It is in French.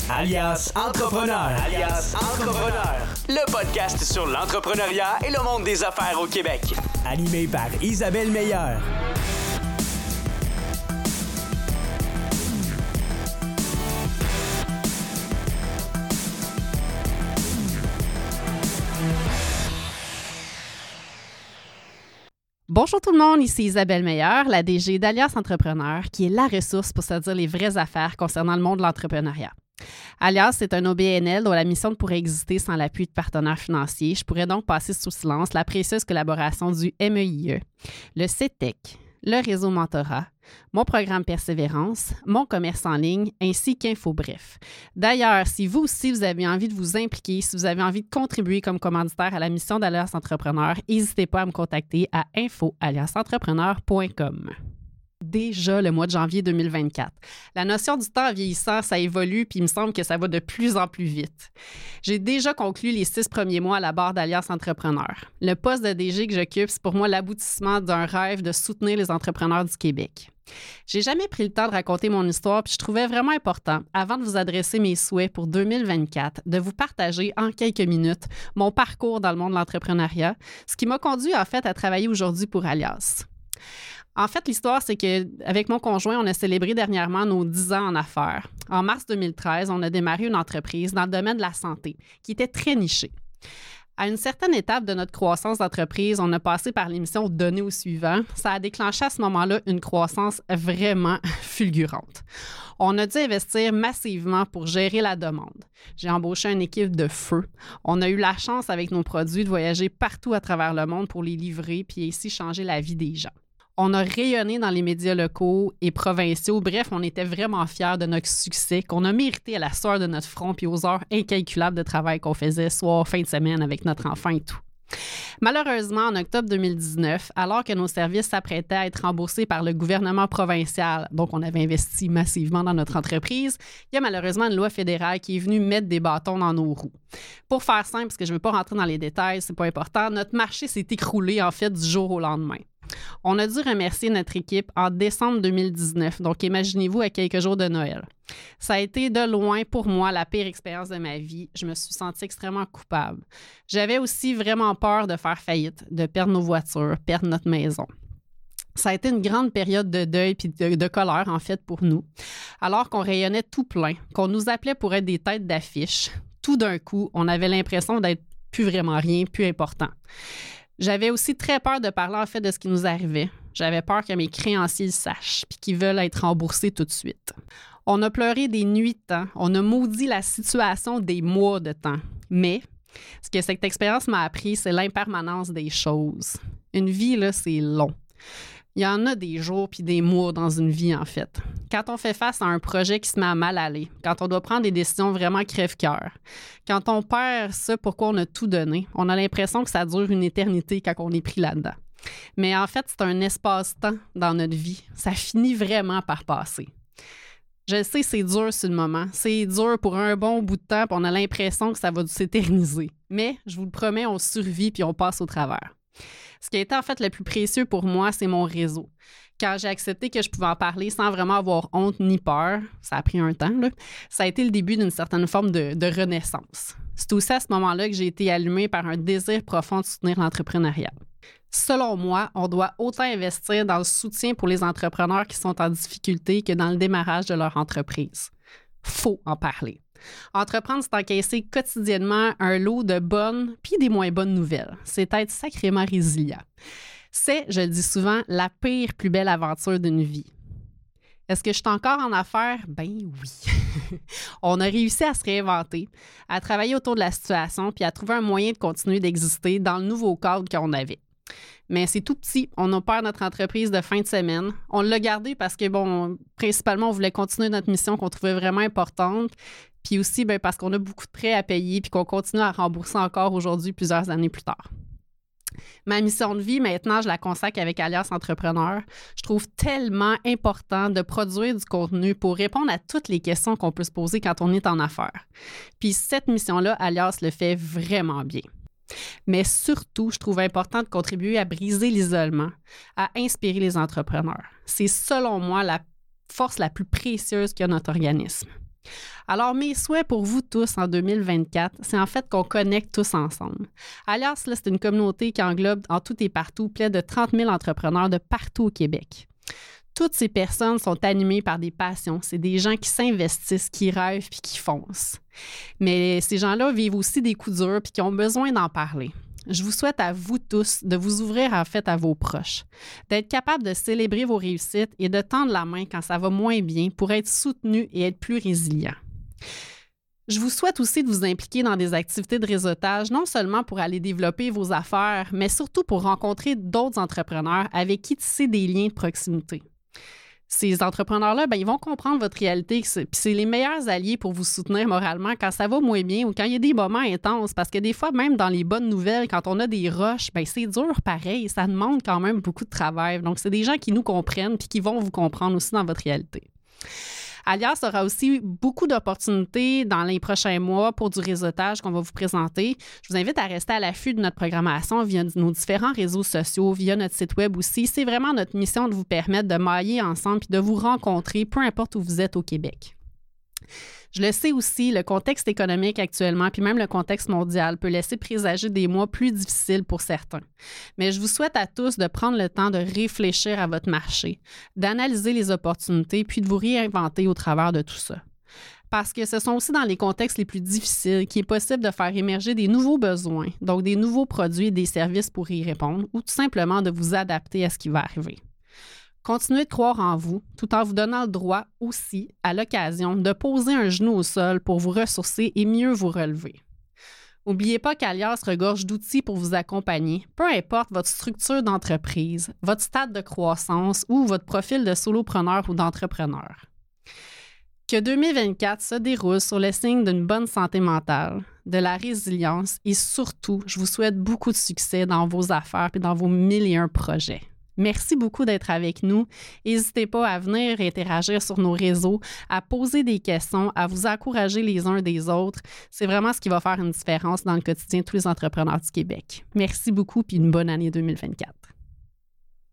alias Entrepreneur. Le podcast sur l'entrepreneuriat et le monde des affaires au Québec. Animé par Isabelle Meilleur. Bonjour tout le monde, ici Isabelle Meilleur, la DG d'Alias Entrepreneur, qui est la ressource pour se dire les vraies affaires concernant le monde de l'entrepreneuriat. Alias, c'est un OBNL dont la mission ne pourrait exister sans l'appui de partenaires financiers. Je pourrais donc passer sous silence la précieuse collaboration du MEIE, le CETEC, le réseau Mentorat, mon programme Persévérance, mon commerce en ligne, ainsi qu'InfoBref. D'ailleurs, si vous aussi, vous avez envie de vous impliquer, si vous avez envie de contribuer comme commanditaire à la mission d'Alias Entrepreneur, n'hésitez pas à me contacter à info@aliasentrepreneur.com. Déjà le mois de janvier 2024. La notion du temps vieillissant, ça évolue, puis il me semble que ça va de plus en plus vite. J'ai déjà conclu les 6 premiers mois à la barre d'Alias Entrepreneur. Le poste de DG que j'occupe, c'est pour moi l'aboutissement d'un rêve de soutenir les entrepreneurs du Québec. J'ai jamais pris le temps de raconter mon histoire, puis je trouvais vraiment important, avant de vous adresser mes souhaits pour 2024, de vous partager en quelques minutes mon parcours dans le monde de l'entrepreneuriat, ce qui m'a conduit en fait à travailler aujourd'hui pour Alias. En fait, l'histoire, c'est qu'avec mon conjoint, on a célébré dernièrement nos 10 ans en affaires. En mars 2013, on a démarré une entreprise dans le domaine de la santé qui était très nichée. À une certaine étape de notre croissance d'entreprise, on a passé par l'émission Donner au suivant. Ça a déclenché à ce moment-là une croissance vraiment fulgurante. On a dû investir massivement pour gérer la demande. J'ai embauché une équipe de feu. On a eu la chance avec nos produits de voyager partout à travers le monde pour les livrer puis ainsi changer la vie des gens. On a rayonné dans les médias locaux et provinciaux. Bref, on était vraiment fiers de notre succès qu'on a mérité à la sueur de notre front puis aux heures incalculables de travail qu'on faisait soir, fin de semaine avec notre enfant et tout. Malheureusement, en octobre 2019, alors que nos services s'apprêtaient à être remboursés par le gouvernement provincial, donc on avait investi massivement dans notre entreprise, il y a malheureusement une loi fédérale qui est venue mettre des bâtons dans nos roues. Pour faire simple, parce que je ne veux pas rentrer dans les détails, c'est pas important, notre marché s'est écroulé en fait du jour au lendemain. On a dû remercier notre équipe en décembre 2019, donc imaginez-vous à quelques jours de Noël. Ça a été de loin pour moi la pire expérience de ma vie. Je me suis sentie extrêmement coupable. J'avais aussi vraiment peur de faire faillite, de perdre nos voitures, perdre notre maison. Ça a été une grande période de deuil et de colère, en fait, pour nous. Alors qu'on rayonnait tout plein, qu'on nous appelait pour être des têtes d'affiche, tout d'un coup, on avait l'impression d'être plus vraiment rien, plus important. J'avais aussi très peur de parler, en fait, de ce qui nous arrivait. J'avais peur que mes créanciers le sachent puis qu'ils veulent être remboursés tout de suite. On a pleuré des nuits de temps. On a maudit la situation des mois de temps. Mais ce que cette expérience m'a appris, c'est l'impermanence des choses. Une vie, là, c'est long. Il y en a des jours puis des mois dans une vie, en fait. Quand on fait face à un projet qui se met à mal aller, quand on doit prendre des décisions vraiment crève-cœur, quand on perd ce pourquoi on a tout donné, on a l'impression que ça dure une éternité quand on est pris là-dedans. Mais en fait, c'est un espace-temps dans notre vie. Ça finit vraiment par passer. Je sais, c'est dur sur le moment. C'est dur pour un bon bout de temps, puis on a l'impression que ça va s'éterniser. Mais, je vous le promets, on survit puis on passe au travers. Ce qui a été en fait le plus précieux pour moi, c'est mon réseau. Quand j'ai accepté que je pouvais en parler sans vraiment avoir honte ni peur, ça a pris un temps, là, ça a été le début d'une certaine forme de renaissance. C'est aussi à ce moment-là que j'ai été allumée par un désir profond de soutenir l'entrepreneuriat. Selon moi, on doit autant investir dans le soutien pour les entrepreneurs qui sont en difficulté que dans le démarrage de leur entreprise. Faut en parler. Entreprendre, c'est encaisser quotidiennement un lot de bonnes puis des moins bonnes nouvelles. C'est être sacrément résilient. C'est, je le dis souvent, la pire, plus belle aventure d'une vie. Est-ce que je suis encore en affaires? Ben oui. On a réussi à se réinventer, à travailler autour de la situation puis à trouver un moyen de continuer d'exister dans le nouveau cadre qu'on avait. Mais c'est tout petit. On a peur de notre entreprise de fin de semaine. On l'a gardé parce que, bon, principalement, on voulait continuer notre mission qu'on trouvait vraiment importante. Puis aussi, parce qu'on a beaucoup de prêts à payer puis qu'on continue à rembourser encore aujourd'hui, plusieurs années plus tard. Ma mission de vie, maintenant, je la consacre avec Alias Entrepreneur. Je trouve tellement important de produire du contenu pour répondre à toutes les questions qu'on peut se poser quand on est en affaires. Puis cette mission-là, Alias le fait vraiment bien. Mais surtout, je trouve important de contribuer à briser l'isolement, à inspirer les entrepreneurs. C'est selon moi la force la plus précieuse qu'a notre organisme. Alors, mes souhaits pour vous tous en 2024, c'est en fait qu'on connecte tous ensemble. Alias, là, c'est une communauté qui englobe en tout et partout près de 30 000 entrepreneurs de partout au Québec. Toutes ces personnes sont animées par des passions. C'est des gens qui s'investissent, qui rêvent puis qui foncent. Mais ces gens-là vivent aussi des coups durs puis qui ont besoin d'en parler. Je vous souhaite à vous tous de vous ouvrir en fait à vos proches, d'être capable de célébrer vos réussites et de tendre la main quand ça va moins bien pour être soutenu et être plus résilient. Je vous souhaite aussi de vous impliquer dans des activités de réseautage, non seulement pour aller développer vos affaires, mais surtout pour rencontrer d'autres entrepreneurs avec qui tisser des liens de proximité. Ces entrepreneurs-là, ils vont comprendre votre réalité, puis c'est les meilleurs alliés pour vous soutenir moralement quand ça va moins bien ou quand il y a des moments intenses. Parce que des fois, même dans les bonnes nouvelles, quand on a des rushs, c'est dur pareil. Ça demande quand même beaucoup de travail. Donc, c'est des gens qui nous comprennent puis qui vont vous comprendre aussi dans votre réalité. Alias aura aussi beaucoup d'opportunités dans les prochains mois pour du réseautage qu'on va vous présenter. Je vous invite à rester à l'affût de notre programmation via nos différents réseaux sociaux, via notre site web aussi. C'est vraiment notre mission de vous permettre de mailler ensemble puis de vous rencontrer, peu importe où vous êtes au Québec. Je le sais aussi, le contexte économique actuellement, puis même le contexte mondial, peut laisser présager des mois plus difficiles pour certains. Mais je vous souhaite à tous de prendre le temps de réfléchir à votre marché, d'analyser les opportunités, puis de vous réinventer au travers de tout ça. Parce que ce sont aussi dans les contextes les plus difficiles qu'il est possible de faire émerger des nouveaux besoins, donc des nouveaux produits et des services pour y répondre, ou tout simplement de vous adapter à ce qui va arriver. Continuez de croire en vous, tout en vous donnant le droit aussi, à l'occasion, de poser un genou au sol pour vous ressourcer et mieux vous relever. N'oubliez pas qu'Alias regorge d'outils pour vous accompagner, peu importe votre structure d'entreprise, votre stade de croissance ou votre profil de solopreneur ou d'entrepreneur. Que 2024 se déroule sur le signe d'une bonne santé mentale, de la résilience et surtout, je vous souhaite beaucoup de succès dans vos affaires et dans vos 1001 projets. Merci beaucoup d'être avec nous. N'hésitez pas à venir interagir sur nos réseaux, à poser des questions, à vous encourager les uns des autres. C'est vraiment ce qui va faire une différence dans le quotidien de tous les entrepreneurs du Québec. Merci beaucoup et une bonne année 2024.